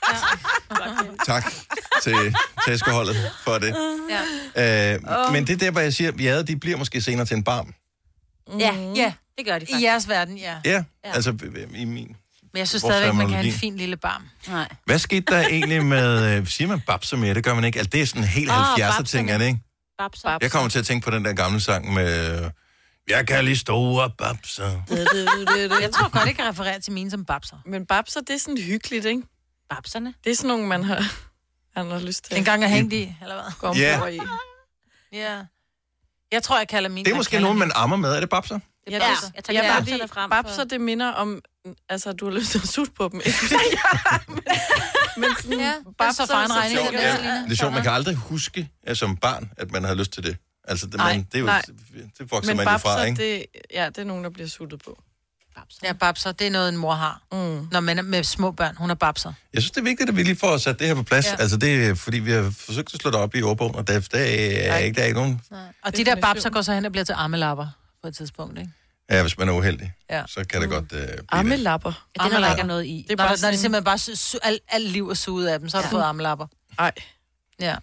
Tak til tæskeholdet for det. Men det er der, hvor jeg siger, at jæder, de bliver måske senere til en barm. Ja, det gør de faktisk. I jeres verden, Ja, altså i min... Men jeg synes stadigvæk, man kan have en fin lille barm. Nej. Hvad skete der egentlig med... siger man babser mere? Det gør man ikke. Altså, det er sådan en helt 70'er-ting, er det ikke? Babser. Jeg kommer til at tænke på den der gamle sang med... Jeg kan lige store babser. Jeg tror godt, jeg kan referere til mine som babser. Men babser, det er sådan hyggeligt, ikke? Babserne? Det er sådan nogle, man har lyst til. En gang er hængt i, eller hvad? Kom over i. Ja. Jeg tror, jeg kalder mine... Det er måske nogen, man ammer med. Er det babser? Ja, jeg tager babserne frem. Babser, det minder om... Altså, du har lyst til at sutte på dem. Men sådan, babser for en regning. Det er sjovt, man kan aldrig huske som barn, at man har lyst til det. Altså, det er jo, det vokser man jo fra, ikke? Det er nogen, der bliver suttet på. Babser. Ja, babser, det er noget, en mor har. Når man er med små børn, hun er babser. Jeg synes, det er vigtigt, at vi lige får sat det her på plads. Ja. Altså, det er, fordi vi har forsøgt at slå det op i ordbogen, og der er ikke nogen... Nej. Og de der babser går så hen og bliver til armelapper på et tidspunkt, ikke? Ja, hvis man er uheldig, så kan det godt armelapper. Ja, det er der ikke noget i. Det er bare når det simpelthen bare alt liv er suget af dem, så har du fået armelapper. Nej. Ja.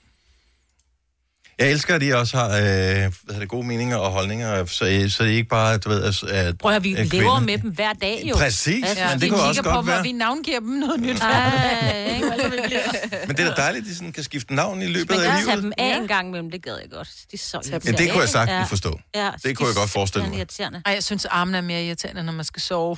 Jeg elsker, at I også har gode meninger og holdninger, så I ikke bare, du ved, at prøv at vi lever med dem hver dag, jo. Præcis, men det kunne også godt være. Hvor vi navngiver dem noget nyt. Men det er da dejligt, at de sådan kan skifte navn i løbet af livet. Man kan tage dem af en gang imellem, det gad jeg godt. De er så men det kunne jeg sagtens forstå. Ja, det kunne jeg godt forestille mig. Ej, jeg synes, armen er mere irriterende, når man skal sove.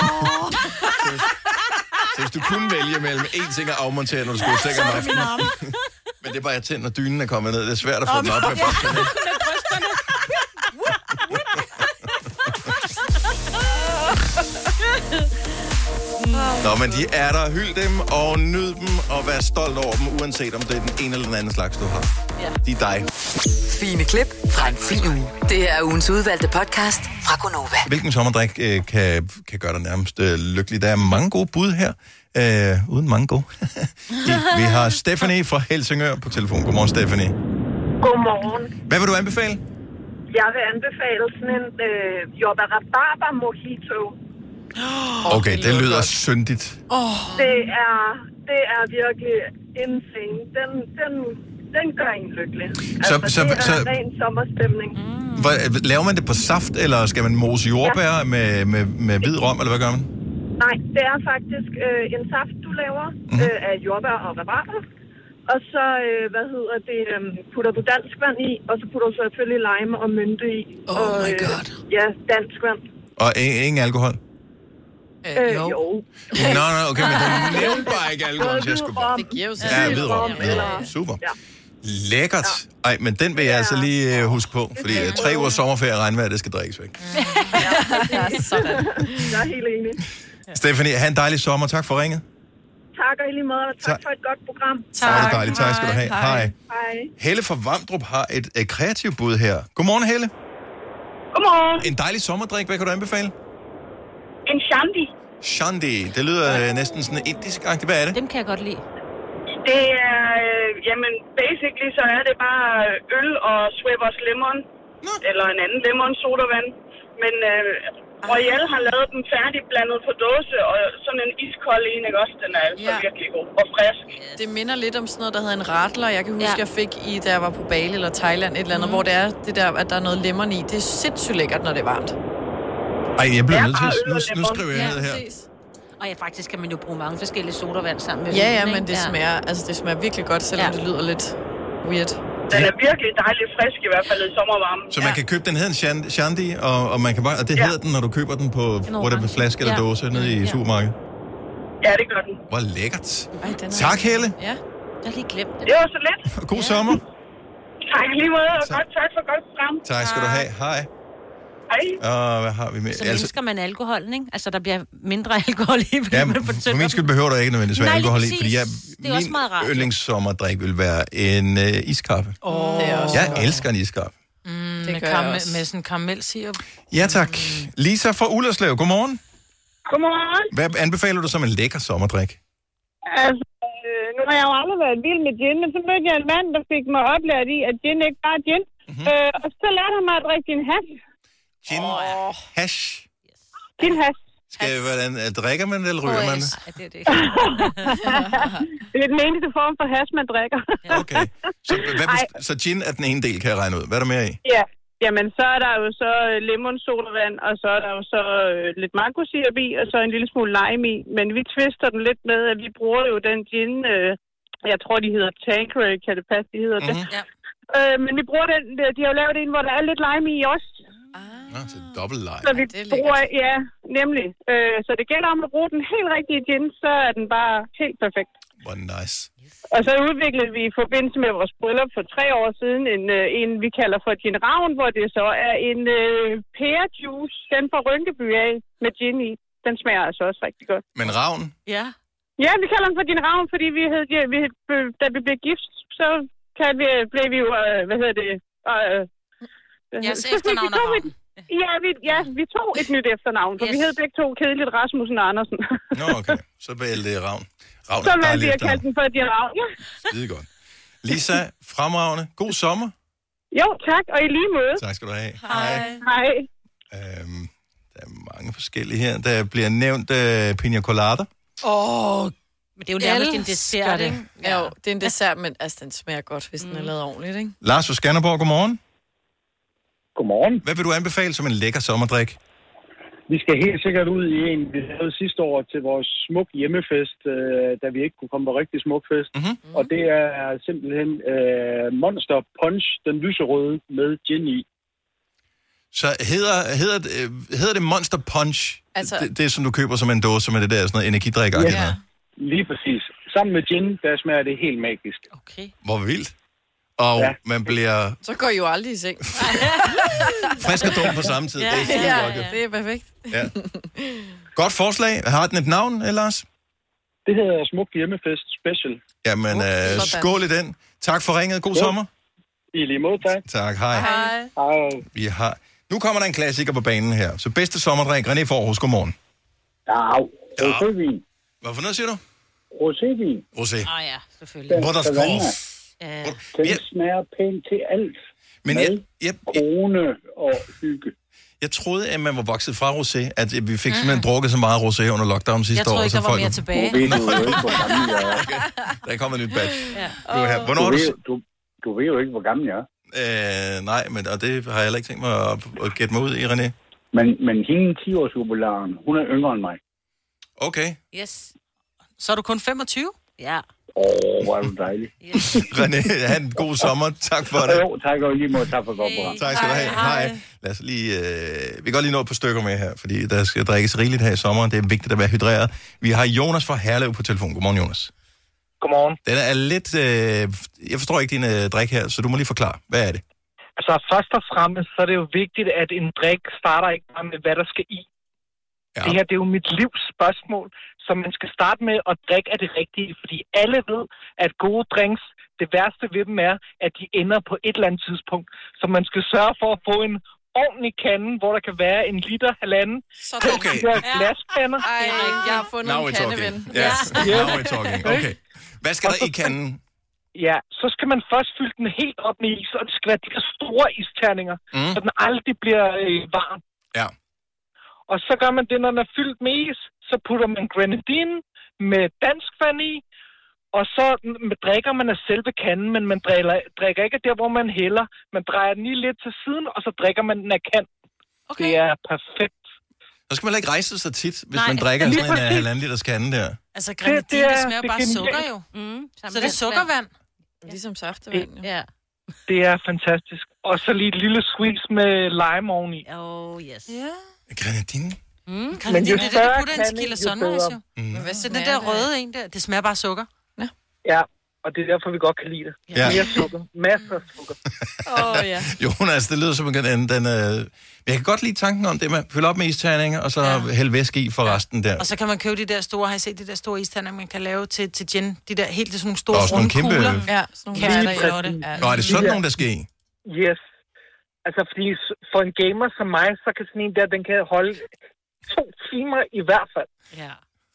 Så hvis du kunne vælge mellem én ting at afmontere, når du skulle i seng om aftenen. Men det er bare irriterende, når dynen er kommet ned. Det er svært at få den op med brysterne. Nå, men de er der. Hyld dem og nyd dem og vær stolt over dem, uanset om det er den ene eller den anden slags, du har. Ja. De er dig. Fine klip fra en fin uge. Det her er ugens udvalgte podcast fra Gonova. Hvilken sommerdrik kan gøre dig nærmest lykkelig? Der er mange gode bud her. Uden mange gode. Vi har Stephanie fra Helsingør på telefon. Godmorgen, Stephanie. Godmorgen. Hvad vil du anbefale? Jeg vil anbefale sådan en jordbær rabarber mojito. Okay, det lyder syndigt. Det er virkelig insane. Den gør en lykkelig. Så ren sommerstemning. Laver man det på saft, eller skal man mose jordbær med hvid rom, eller hvad gør man? Nej, det er faktisk en saft, du laver af jordbær og rabarber. Og så, putter du dansk vand i, og så putter du selvfølgelig lime og mynte i. My god. Ja, dansk vand. Og ingen alkohol? Jo. Nå, okay, men du nævnte bare ikke alkohol, så jeg skulle bare... Det giver jo sig. Ja, hvid rom. Super. Ja. Lækkert. Ej, men den vil jeg altså lige huske på, fordi 3 ugers sommerferie regnvejr, det skal drikkes væk. Sådan. Jeg er helt enig. Stephanie, have en dejlig sommer. Tak for ringet. Tak og i lige måde, og tak for et godt program. Tak. Det er dejligt. Tak skal du have. Hej. Helle fra Vamdrup har et kreativt bud her. Godmorgen, Helle. Godmorgen. En dejlig sommerdrik. Hvad kan du anbefale? En shandy. Shandy. Det lyder næsten sådan indisk-agtigt. Hvad er det? Dem kan jeg godt lide. Det er, basically så er det bare øl og Schweppes lemon. Eller en anden lemon sodavand. Men Royal har lavet dem færdigblandet på dåse, og sådan en iskold en, ikke også? Den er altså virkelig god og frisk. Det minder lidt om sådan noget, der hedder en radler. Jeg kan huske, jeg fik da jeg var på Bali eller Thailand, et eller andet, hvor det er det der, at der er noget lemon i. Det er sindssygt lækkert, når det er varmt. Ej, jeg bliver nødt til nu skriver jeg ned her. Og faktisk kan man jo bruge mange forskellige sodavand sammen med Ja, men det smager virkelig godt, selvom det lyder lidt weird. Den er virkelig dejlig frisk, i hvert fald i sommervarmen. Så man kan købe den, hedder en Shandy, og man kan bare, og det hedder den, når du køber den på flaske eller dåse nede i supermarkedet. Ja, det gør den. Hvor lækkert. Tak, Helle. Ja, jeg har lige glemt det. Det var så lidt. God sommer. Tak lige måde, og tak for godt program. Tak skal du have. Hej. Hej. Og hvad har vi med? Så mindsker man alkoholen, ikke? Altså, der bliver mindre alkohol i, fordi man får for min skyld behøver du ikke nødvendigvis være alkohol i, fordi min yndlingssommerdrik vil være en iskaffe. Jeg elsker en iskaffe. Med sådan karamelsirop. Ja, tak. Lisa fra Ullerslev, godmorgen. Godmorgen. Hvad anbefaler du som en lækker sommerdrik? Altså, nu har jeg jo aldrig været vild med gin, men så mødte jeg en mand, der fik mig oplært i, at gin ikke bare er gin. Og så lærte han mig at drikke gin hash. Gin hash? Gin hash. Hvordan drikker man det, eller ryger man det? Det er den eneste form for hash, man drikker. Okay. Så gin er den ene del, kan jeg regne ud. Hvad er der mere i? Ja. Jamen, så er der jo så lemon sodavand, og så er der jo så lidt mangosirop i, og så en lille smule lime i. Men vi twister den lidt med, at vi bruger jo den gin, jeg tror, de hedder Tanqueray, kan det passe, de hedder det. Ja. Men vi bruger den, de har jo lavet en, hvor der er lidt lime i også. Så dobbelt lime. Så vi bruger, nemlig. Så det gælder om at bruge den helt rigtige gin, så er den bare helt perfekt. Hvor nice. Og så udviklede vi i forbindelse med vores bryllup for 3 år siden en vi kalder for gin ravn, hvor det så er en pærejuice, den fra Rynkeby af, med gin i. Den smager altså også rigtig godt. Men ravn? Ja. Ja, vi kalder den for gin ravn, fordi da vi blev gift, så blev vi jo, Jeres efternavn er Ravn. Vi tog et nyt efternavn, for vi hed begge to kedeligt Rasmussen og Andersen. Nå, okay. Så valgte det Ravn. Ravn så valgte vi at kalde den for gin ravn, ja. Skide godt. Lisa, fremragende. God sommer. Jo, tak, og i lige måde. Tak skal du have. Hej. Der er mange forskellige her. Der bliver nævnt pina colada. Men det er jo nærmest en dessert, ikke? Ja, jo, det er en dessert, men altså, den smager godt, hvis den er lavet ordentligt, ikke? Lars fra Skanderborg, godmorgen. Godmorgen. Hvad vil du anbefale som en lækker sommerdrik? Vi skal helt sikkert ud i en, vi havde sidste år til vores smuk hjemmefest, da vi ikke kunne komme på rigtig smuk fest. Og det er simpelthen Monster Punch, den lyserøde med gin i. Så hedder det Monster Punch? Altså, det er som du køber som en dåse med det der sådan noget energidrik. Ja, lige præcis. Sammen med gin, der smager det helt magisk. Okay. Hvor vildt. Og man bliver... Så går I jo aldrig i seng. Frisk og dum på samme tid. Ja, det er godt, det er perfekt. Ja. Godt forslag. Har den et navn, Lars? Det hedder Smuk Hjemmefest Special. Jamen, skål i den. Tak for ringet. God sommer. I lige måde, tak. Tak, hej. Hej. Nu kommer der en klassiker på banen her. Så bedste sommerdrik, René Forhus, godmorgen. Rosévin. Hvad for noget siger du? Rosévin. Rosé. Ja, selvfølgelig. Hvor der står... Den smager pænt til alt. Men krone og hygge. Jeg troede, at man var vokset fra rosé, at vi fik simpelthen drukket så meget rosé under lockdown sidste år. Jeg troede ikke, der var mere tilbage. Der er kommet et nyt batch. Du ved jo ikke, hvor gammel jeg er. Nej, og det har jeg heller ikke tænkt mig at gætte mig ud i, René. Men hende 10-års jubilaren, hun er yngre end mig. Okay. Yes. Så er du kun 25? Ja. Hvor er du dejlig. Yes. René, have en god sommer. Tak for det. Jo, tak og lige måde. Tak for godt program. Tak skal du have. Hej. Lad os lige, vi kan godt lige nå et par stykker med her, fordi der skal drikkes rigeligt her i sommeren. Det er vigtigt at være hydreret. Vi har Jonas fra Herlev på telefon. Godmorgen, Jonas. Godmorgen. Den er lidt... jeg forstår ikke din drik her, så du må lige forklare. Hvad er det? Altså, først og fremmest, så er det jo vigtigt, at en drik starter ikke bare med, hvad der skal i. Ja. Det her, det er jo mit livs spørgsmål. Så man skal starte med at drikke af det rigtige, fordi alle ved, at gode drinks, det værste ved dem er, at de ender på et eller andet tidspunkt. Så man skal sørge for at få en ordentlig kande, hvor der kan være 1 liter, 1,5. Okay. Glaskander. Ej, jeg har fundet en kandeven. Yes. Now we're talking. Okay. Hvad skal der i kanden? Ja, så skal man først fylde den helt op med is, og det skal være de der store isterninger, så den aldrig bliver varm. Ja. Og så gør man det, når den er fyldt med is, så putter man grenadine med dansk vand i, og så drikker man af selve kanden, men man drikker ikke der, hvor man hælder. Man drejer den lige lidt til siden, og så drikker man den af kanten. Okay. Det er perfekt. Så skal man ikke rejse sig tit, hvis man drikker sådan en 1,5 liters kande der. Altså, grenadine, det smager bare sukker jo. Så det er sukkervand. Ligesom saftevand, jo. Ja. Det er fantastisk. Og så lige et lille squeeze med lime oveni. Yes. Ja. Grenadine? Grenadine, det er det, du putter en tequila sunrise, jo. Så den der røde en der, det smager bare sukker. Ja, og det er derfor, vi godt kan lide det. Ja. Mere sukker. Masser af sukker. Ja. Jonas, det lyder som den jeg kan godt lide tanken om det med at fylde op med isterninger, og så hælde væske i for resten der. Og så kan man købe de der store, har I set de der store isterninger, man kan lave til gin? De der helt sådan nogle store runde kugler. Ja, sådan nogle Nå, er det sådan nogen, der skal i? Yes. Altså, fordi for en gamer som mig, så kan sådan en der, den kan holde 2 timer i hvert fald. Ja.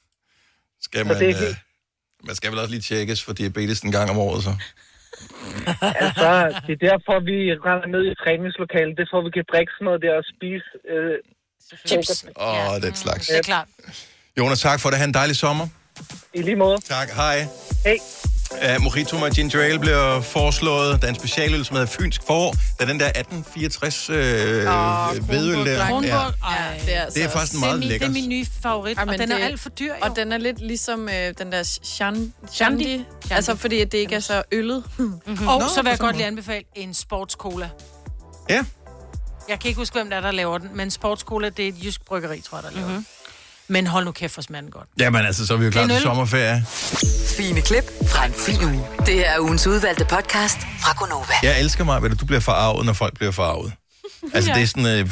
Man skal vel også lige tjekkes for diabetes en gang om året, så. Altså, det er derfor, vi render ned i træningslokalet. Det er for, vi kan drikke sådan noget der og spise chips. Den slags. Det er klart. Jonas, tak for det. Ha' en dejlig sommer. I lige måde. Tak. Hej. Hej. Mojito med ginger ale bliver foreslået. Der er en specialøl, som hedder Fynsk Forår. Der er den der 1864 hvedøl der. Kronborg. Det er faktisk en meget lækker. Det er min nye favorit, og den er alt for dyr. Og den er lidt ligesom den der Shandy. Altså, fordi det ikke er så øllet. Og så vil jeg godt lige anbefale en sportscola. Ja. Jeg kan ikke huske, hvem der laver den, men sportscola, det er et jysk bryggeri, tror jeg, der laver den. Men hold nu kæft, for smagen godt. Jamen altså, så er vi jo klar til sommerferie. Fine klip fra en fin uge. Det er ugens udvalgte podcast fra Gonova. Jeg elsker mig, at du bliver forarvet, når folk bliver forarvet. Altså, det er sådan...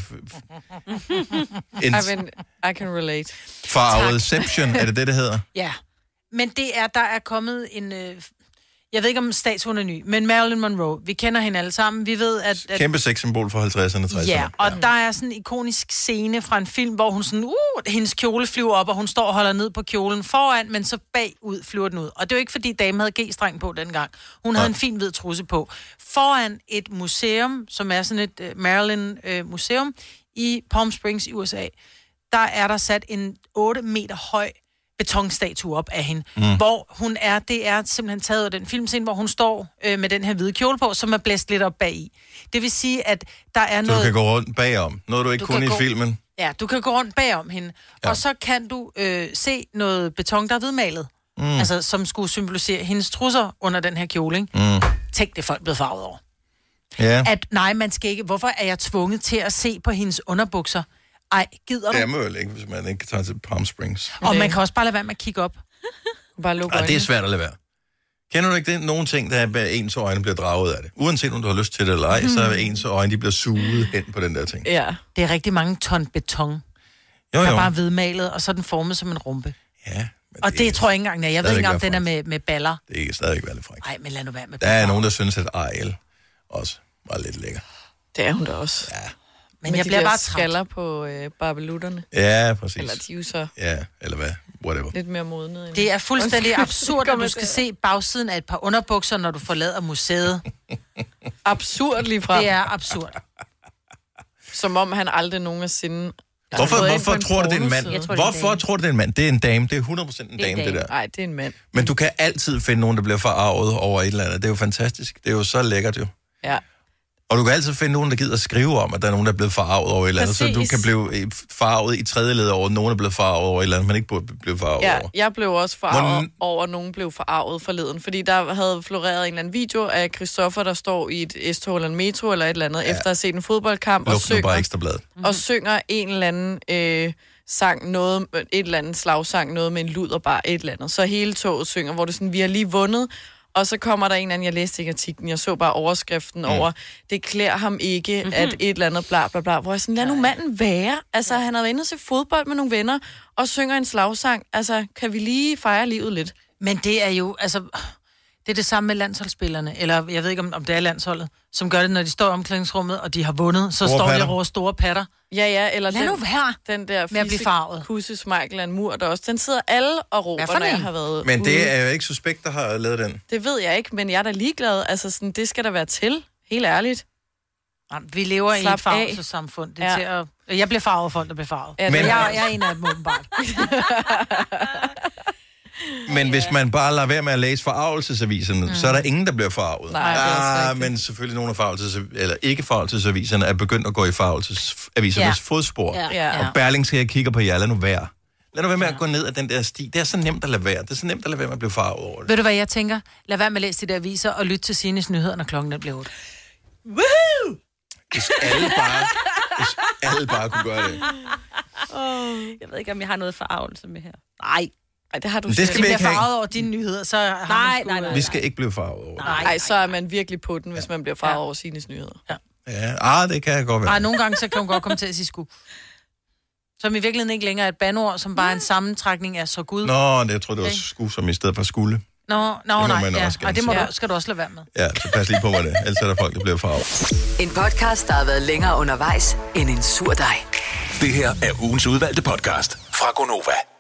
I can relate. Forarvedception, er det hedder? Ja, men der er kommet en... Jeg ved ikke, om statuen er ny, men Marilyn Monroe, vi kender hende alle sammen. Vi ved, at kæmpe sexsymbol for 50'erne, 60'erne. Ja, og der er sådan en ikonisk scene fra en film, hvor hun sådan, hendes kjole flyver op, og hun står og holder ned på kjolen foran, men så bagud flyver den ud. Og det er jo ikke, fordi damen havde G-streng på dengang. Hun havde en fin hvid trusse på. Foran et museum, som er sådan et Marilyn-museum i Palm Springs i USA, der er der sat en 8 meter høj betonstatue op af hende, hvor hun er, det er simpelthen taget af den filmscene, hvor hun står med den her hvide kjole på, som er blæst lidt op bag i. Det vil sige, at der er noget... Så du kan gå rundt bagom, noget du ikke kunne i filmen. Ja, du kan gå rundt bagom hende, og så kan du se noget beton, der er hvidmalet, altså som skulle symbolisere hendes trusser under den her kjole, ikke? Tænk, det er folk blevet farvet over. Ja. At nej, man skal ikke... Hvorfor er jeg tvunget til at se på hendes underbukser? Ej, gider du? Det er man ikke, hvis man ikke tager til Palm Springs. Og man kan også bare lade være med at kigge op. Bare lukke øjnene. Det er svært at lade være. Kender du ikke det? Nogle ting, der er ens øjne bliver draget af det. Uanset om du har lyst til det eller ej, så er ens øjne, de bliver suget hen på den der ting. Ja. Det er rigtig mange ton beton, der er bare hvidmalet, og så er den formet som en rumpe. Ja, Og det tror jeg ikke engang, jeg ved ikke engang, om den er med baller. Det er stadigvæk være lidt frækt. Nej, men lad nu være med der er nogen, der synes, at Ariel også var lidt lækker. Det er hun da også. Ja. Men jeg bliver bare skaller på barbelutterne. Ja, præcis. Eller de er jo så... Ja, eller hvad? Whatever. Lidt mere modne. Det er fuldstændig absurd, at du skal se bagsiden af et par underbukser, når du forlader museet. Absurd lige fra. Det er absurd. Som om han aldrig nogensinde... Hvorfor tror du, det er en mand? Hvorfor tror du, det er en mand? Det er en dame. Det er 100% en dame, det der. Nej, det er en mand. Men du kan altid finde nogen, der bliver forarvet over et eller andet. Det er jo fantastisk. Det er jo så lækkert, jo. Ja. Og du kan altid finde nogen, der gider at skrive om, at der er nogen, der er blevet forarvet over et eller andet. Så du kan blive forarvet i tredje led over, at nogen er blevet forarvet over et eller andet, man ikke burde blive forarvet over. Jeg blev også forarvet over, at nogen blev forarvet forleden. Fordi der havde floreret en eller anden video af Christoffer, der står i et S-tog eller en metro eller et eller andet, efter at have set en fodboldkamp. Og synger en eller anden sang, noget, et eller andet slagsang, noget med en luder, bare et eller andet. Så hele toget synger, hvor det sådan, vi har lige vundet. Og så kommer der en anden, jeg læste ikke artiklen, jeg så bare overskriften over, det klæder ham ikke, at et eller andet bla bla bla, hvor jeg sådan, lad nu manden være. Altså, han har været inde og se fodbold med nogle venner, og synger en slagsang. Altså, kan vi lige fejre livet lidt? Men det er jo, altså, det er det samme med landsholdsspillerne, eller jeg ved ikke, om det er landsholdet, som gør det, når de står i omklædningsrummet, og de har vundet, så står de over store patter. Ja, eller lad nu være den der med at blive farvet. Kusses Michael and Mur, der også, den sidder alle og råber, når jeg har været Men det ude. er jo ikke suspekt, der har lavet den. Det ved jeg ikke, men jeg er da ligeglad. Altså, sådan, det skal der være til. Helt ærligt. Jamen, vi lever i et farvelsesamfund. Det er til at... Jeg bliver farvet, folk der bliver farvet. Ja, men jeg er en af dem, åbenbart. Men hvis man bare lader være med at læse forarvelsesaviserne, så er der ingen, der bliver forarvet. Nej, men selvfølgelig nogle af ikke-forarvelsesaviserne er begyndt at gå i forarvelsesavisernes fodspor. Ja. Og Berlingske kigger på jer, lad nu være. Lad nu være med at gå ned ad den der sti. Det er så nemt at lade være. Det er så nemt at lade være med at blive farvet over det. Ved du, hvad jeg tænker? Lad være med at læse de der aviser og lytte til Signes nyheder, når klokken bliver 8. Woohoo! Hvis alle bare kunne gøre det. Jeg ved ikke, om jeg har noget forarvelse med her. Nej. Ej, det har du det skal vi bliver ikke have. farvet over dine nyheder, så har nej. Vi skal ikke blive farvet over det. Nej, så er man virkelig på den, hvis man bliver farvet over Signes nyheder. Ja, det kan jeg godt være. Nej, nogle gange så kan hun godt komme til at sige sku. Som i virkeligheden ikke længere er et bandord, som bare er en sammentrækning af så Gud. Nå, jeg tror det var sku, som i stedet for skulle. Nej, og det skal du også lade være med. Ja, så pas lige på med det. Ellers er der folk, der bliver farvet. En podcast, der har været længere undervejs end en sur dej. Det her er ugens udvalgte podcast fra Gonova.